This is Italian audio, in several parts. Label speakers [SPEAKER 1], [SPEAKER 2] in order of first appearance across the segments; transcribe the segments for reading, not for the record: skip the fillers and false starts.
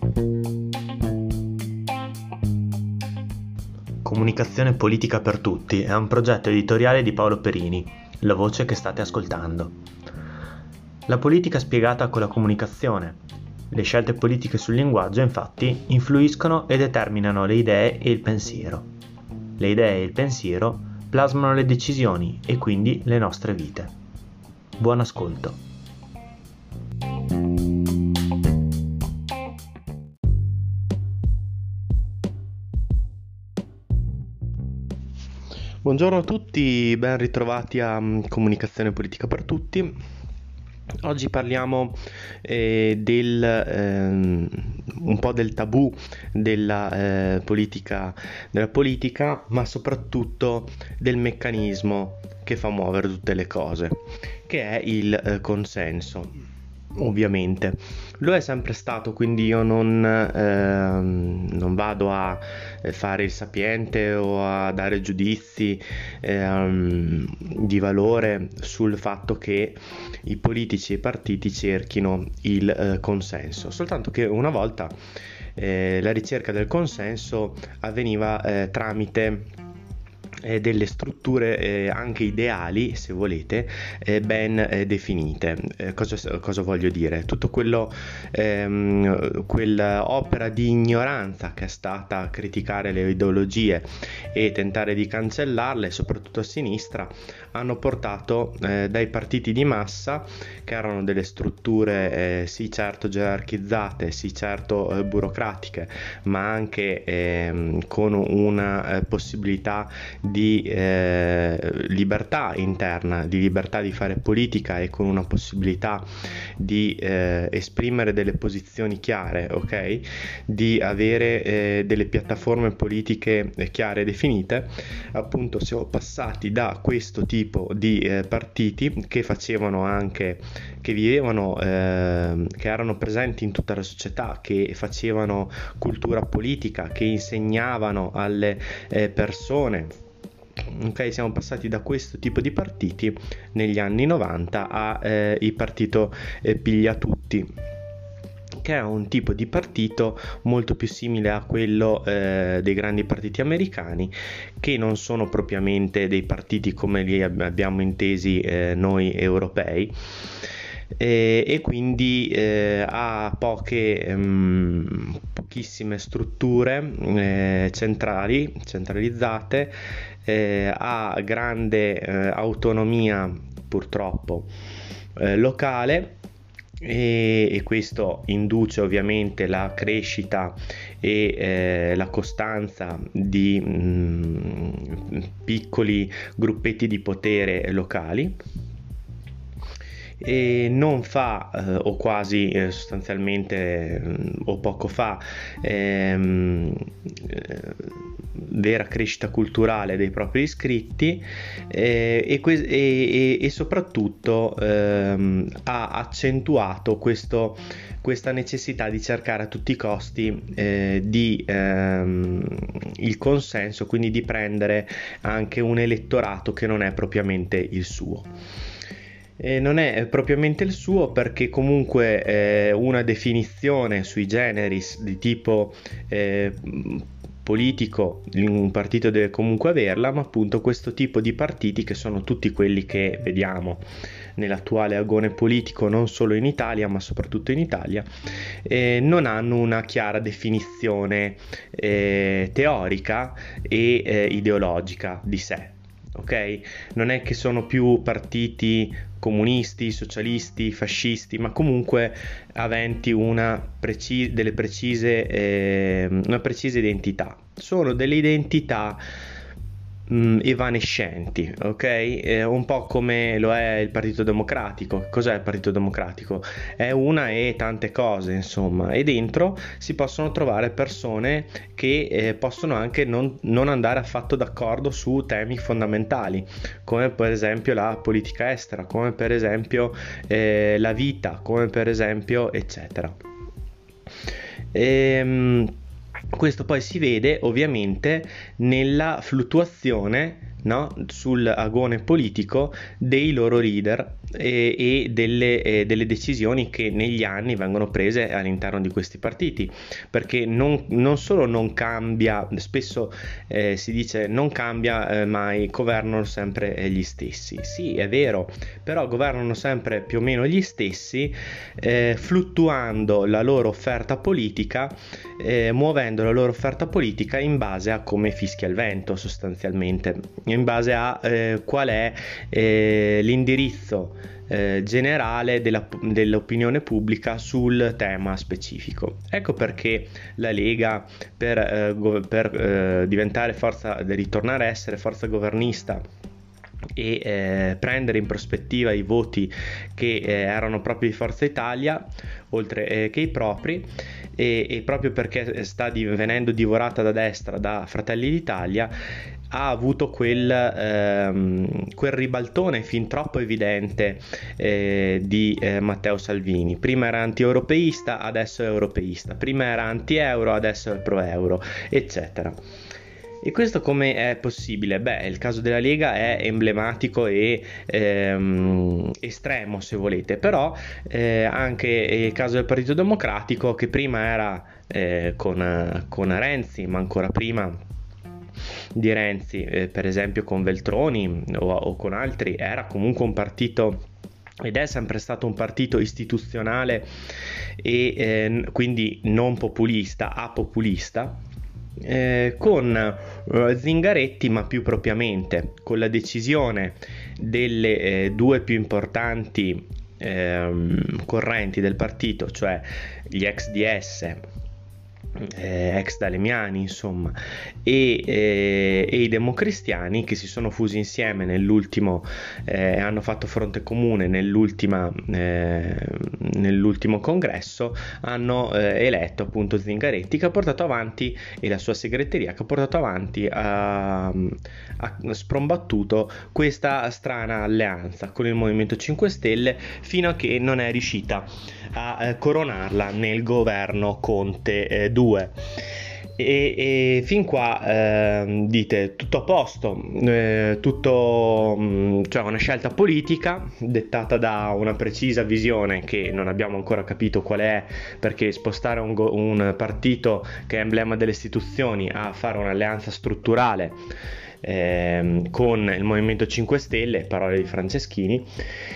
[SPEAKER 1] Comunicazione politica per tutti è un progetto editoriale di Paolo Perini, la voce che state ascoltando. La politica spiegata con la comunicazione. Le scelte politiche sul linguaggio, infatti, influiscono e determinano le idee e il pensiero. Le idee e il pensiero plasmano le decisioni e quindi le nostre vite. Buon ascolto.
[SPEAKER 2] Buongiorno a tutti, ben ritrovati a Comunicazione Politica per Tutti. Oggi parliamo un po' del tabù della politica, ma soprattutto del meccanismo che fa muovere tutte le cose, che è il consenso. Ovviamente lo è sempre stato, quindi io non vado a fare il sapiente o a dare giudizi di valore sul fatto che i politici e i partiti cerchino il consenso, soltanto che una volta la ricerca del consenso avveniva tramite delle strutture anche ideali, se volete, ben definite. Cosa voglio dire? Tutto quello, quell'opera di ignoranza che è stata criticare le ideologie e tentare di cancellarle, soprattutto a sinistra, hanno portato dai partiti di massa, che erano delle strutture sì certo gerarchizzate, sì certo burocratiche, ma anche con una possibilità di libertà interna, di libertà di fare politica e con una possibilità di esprimere delle posizioni chiare, ok? Di avere delle piattaforme politiche chiare e definite. Appunto siamo passati da questo tipo di partiti che facevano anche, che vivevano, che erano presenti in tutta la società, che facevano cultura politica, che insegnavano alle persone. Ok, siamo passati da questo tipo di partiti negli anni 90 a il partito piglia tutti, che è un tipo di partito molto più simile a quello dei grandi partiti americani, che non sono propriamente dei partiti come li abbiamo intesi noi europei, e quindi ha pochissime strutture centralizzate, ha grande autonomia purtroppo locale, e questo induce ovviamente la crescita e la costanza di piccoli gruppetti di potere locali, e non fa o quasi sostanzialmente o poco fa vera crescita culturale dei propri iscritti, e soprattutto ha accentuato questa necessità di cercare a tutti i costi il consenso, quindi di prendere anche un elettorato che non è propriamente il suo. Non è propriamente il suo perché comunque una definizione sui generis di tipo politico un partito deve comunque averla, ma appunto questo tipo di partiti, che sono tutti quelli che vediamo nell'attuale agone politico non solo in Italia ma soprattutto in Italia, non hanno una chiara definizione teorica e ideologica di sé. Ok? Non è che sono più partiti comunisti, socialisti, fascisti, ma comunque aventi una precisa identità. Sono delle identità evanescenti, ok? Un po' come lo è il Partito Democratico. Cos'è il Partito Democratico? È una e tante cose, insomma, e dentro si possono trovare persone che possono anche non andare affatto d'accordo su temi fondamentali, come per esempio la politica estera, come per esempio la vita, come per esempio eccetera. Questo poi si vede ovviamente nella fluttuazione, no, sul agone politico dei loro leader, e delle decisioni che negli anni vengono prese all'interno di questi partiti, perché non solo non cambia, spesso si dice non cambia mai, governano sempre gli stessi. Sì, è vero, però governano sempre più o meno gli stessi, fluttuando la loro offerta politica, muovendo la loro offerta politica in base a come fischia il vento, sostanzialmente, in base a qual è l'indirizzo generale dell'opinione pubblica sul tema specifico. Ecco perché la Lega, per diventare ritornare a essere forza governista e prendere in prospettiva i voti che erano proprio di Forza Italia oltre che i propri, e proprio perché sta venendo divorata da destra da Fratelli d'Italia, ha avuto quel ribaltone fin troppo evidente di Matteo Salvini. Prima era anti-europeista, adesso è europeista, prima era anti-euro, adesso è pro-euro, eccetera. E questo come è possibile? Beh, il caso della Lega è emblematico e estremo, se volete, però anche il caso del Partito Democratico, che prima era con Renzi, ma ancora prima di Renzi, per esempio con Veltroni o con altri, era comunque un partito, ed è sempre stato un partito istituzionale e quindi non populista, apopulista, con Zingaretti, ma più propriamente con la decisione delle due più importanti correnti del partito, cioè gli ex DS, ex Dalemiani, insomma, e i democristiani, che si sono fusi insieme nell'ultimo, hanno fatto fronte comune nell'ultimo congresso, hanno eletto appunto Zingaretti, che ha portato avanti, e la sua segreteria, che ha portato avanti, ha sprombattuto questa strana alleanza con il Movimento 5 Stelle, fino a che non è riuscita a coronarla nel governo Conte 2. E fin qua dite tutto a posto, cioè una scelta politica dettata da una precisa visione che non abbiamo ancora capito qual è, perché spostare un partito che è emblema delle istituzioni a fare un'alleanza strutturale con il Movimento 5 Stelle, parole di Franceschini,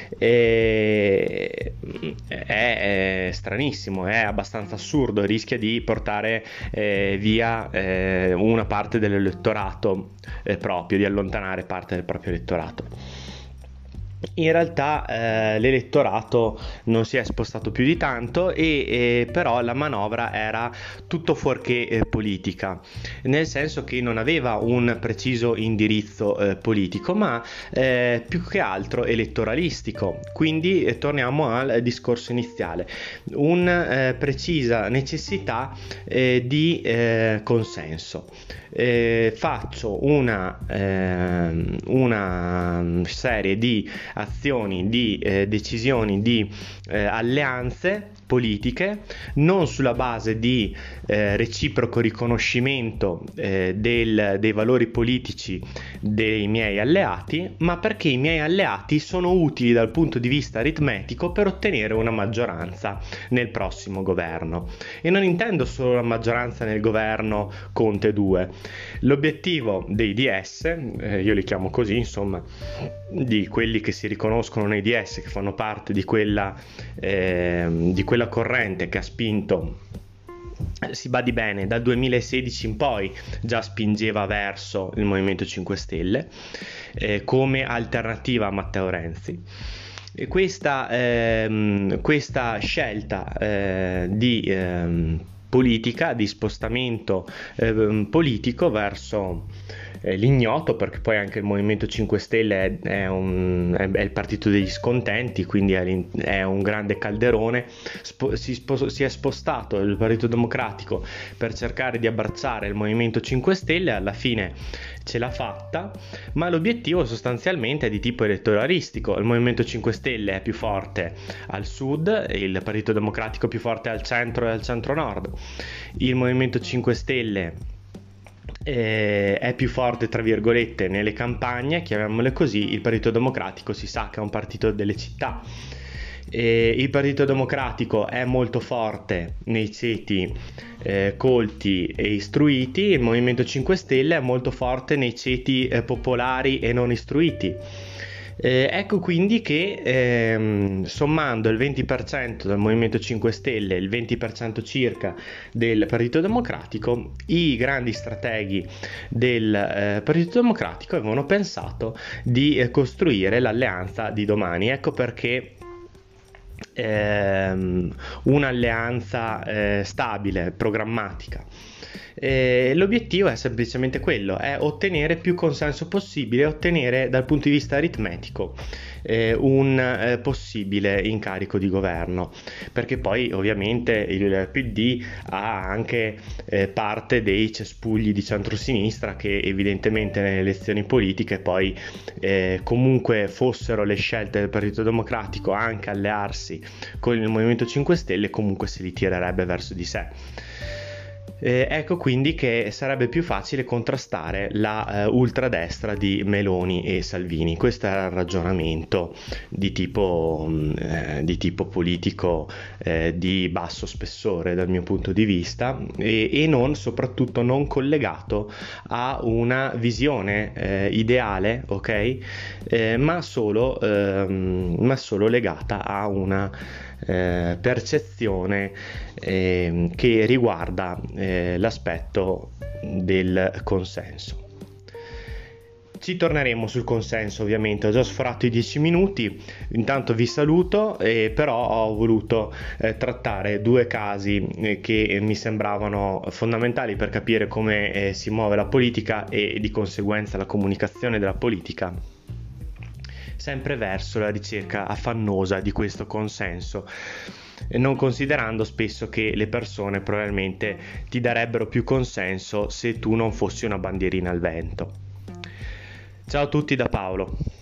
[SPEAKER 2] è stranissimo, è abbastanza assurdo, rischia di portare via una parte dell'elettorato proprio, di allontanare parte del proprio elettorato. In realtà l'elettorato non si è spostato più di tanto, e però la manovra era tutto fuorché politica, nel senso che non aveva un preciso indirizzo politico, ma più che altro elettoralistico. Quindi torniamo al discorso iniziale, una precisa necessità di consenso. Faccio una serie di azioni, di decisioni, di alleanze politiche, non sulla base di reciproco riconoscimento dei valori politici dei miei alleati, ma perché i miei alleati sono utili dal punto di vista aritmetico per ottenere una maggioranza nel prossimo governo. E non intendo solo la maggioranza nel governo Conte 2. L'obiettivo dei DS, io li chiamo così, insomma, di quelli che si riconoscono nei DS, che fanno parte di quella corrente che ha spinto, si badi bene, dal 2016 in poi già spingeva verso il Movimento 5 Stelle come alternativa a Matteo Renzi. E questa scelta di politica, di spostamento politico verso l'ignoto, perché poi anche il Movimento 5 Stelle è il partito degli scontenti, quindi è un grande calderone. Si è spostato il Partito Democratico per cercare di abbracciare il Movimento 5 Stelle, alla fine ce l'ha fatta, ma l'obiettivo sostanzialmente è di tipo elettoralistico. Il Movimento 5 Stelle è più forte al sud, il Partito Democratico è più forte al centro e al centro-nord. Il Movimento 5 Stelle è più forte, tra virgolette, nelle campagne, chiamiamole così. Il Partito Democratico si sa che è un partito delle città. Il Partito Democratico è molto forte nei ceti colti e istruiti. Il Movimento 5 Stelle è molto forte nei ceti popolari e non istruiti. Ecco quindi che sommando il 20% del Movimento 5 Stelle e il 20% circa del Partito Democratico, i grandi strateghi del Partito Democratico avevano pensato di costruire l'alleanza di domani. Ecco perché un'alleanza stabile, programmatica. L'obiettivo è semplicemente quello, è ottenere più consenso possibile, ottenere dal punto di vista aritmetico un possibile incarico di governo, perché poi ovviamente il PD ha anche parte dei cespugli di centrosinistra che evidentemente nelle elezioni politiche poi comunque fossero le scelte del Partito Democratico anche allearsi con il Movimento 5 Stelle, comunque se li tirerebbe verso di sé. Ecco quindi che sarebbe più facile contrastare la ultradestra di Meloni e Salvini. Questo era il ragionamento di tipo politico di basso spessore dal mio punto di vista, e non, soprattutto non collegato a una visione ideale, ok? Ma solo legata a una percezione che riguarda l'aspetto del consenso. Ci torneremo sul consenso, ovviamente. Ho già sforato i 10 minuti, intanto vi saluto, però ho voluto trattare due casi che mi sembravano fondamentali per capire come si muove la politica e di conseguenza la comunicazione della politica, sempre verso la ricerca affannosa di questo consenso, non considerando spesso che le persone probabilmente ti darebbero più consenso se tu non fossi una bandierina al vento. Ciao a tutti da Paolo.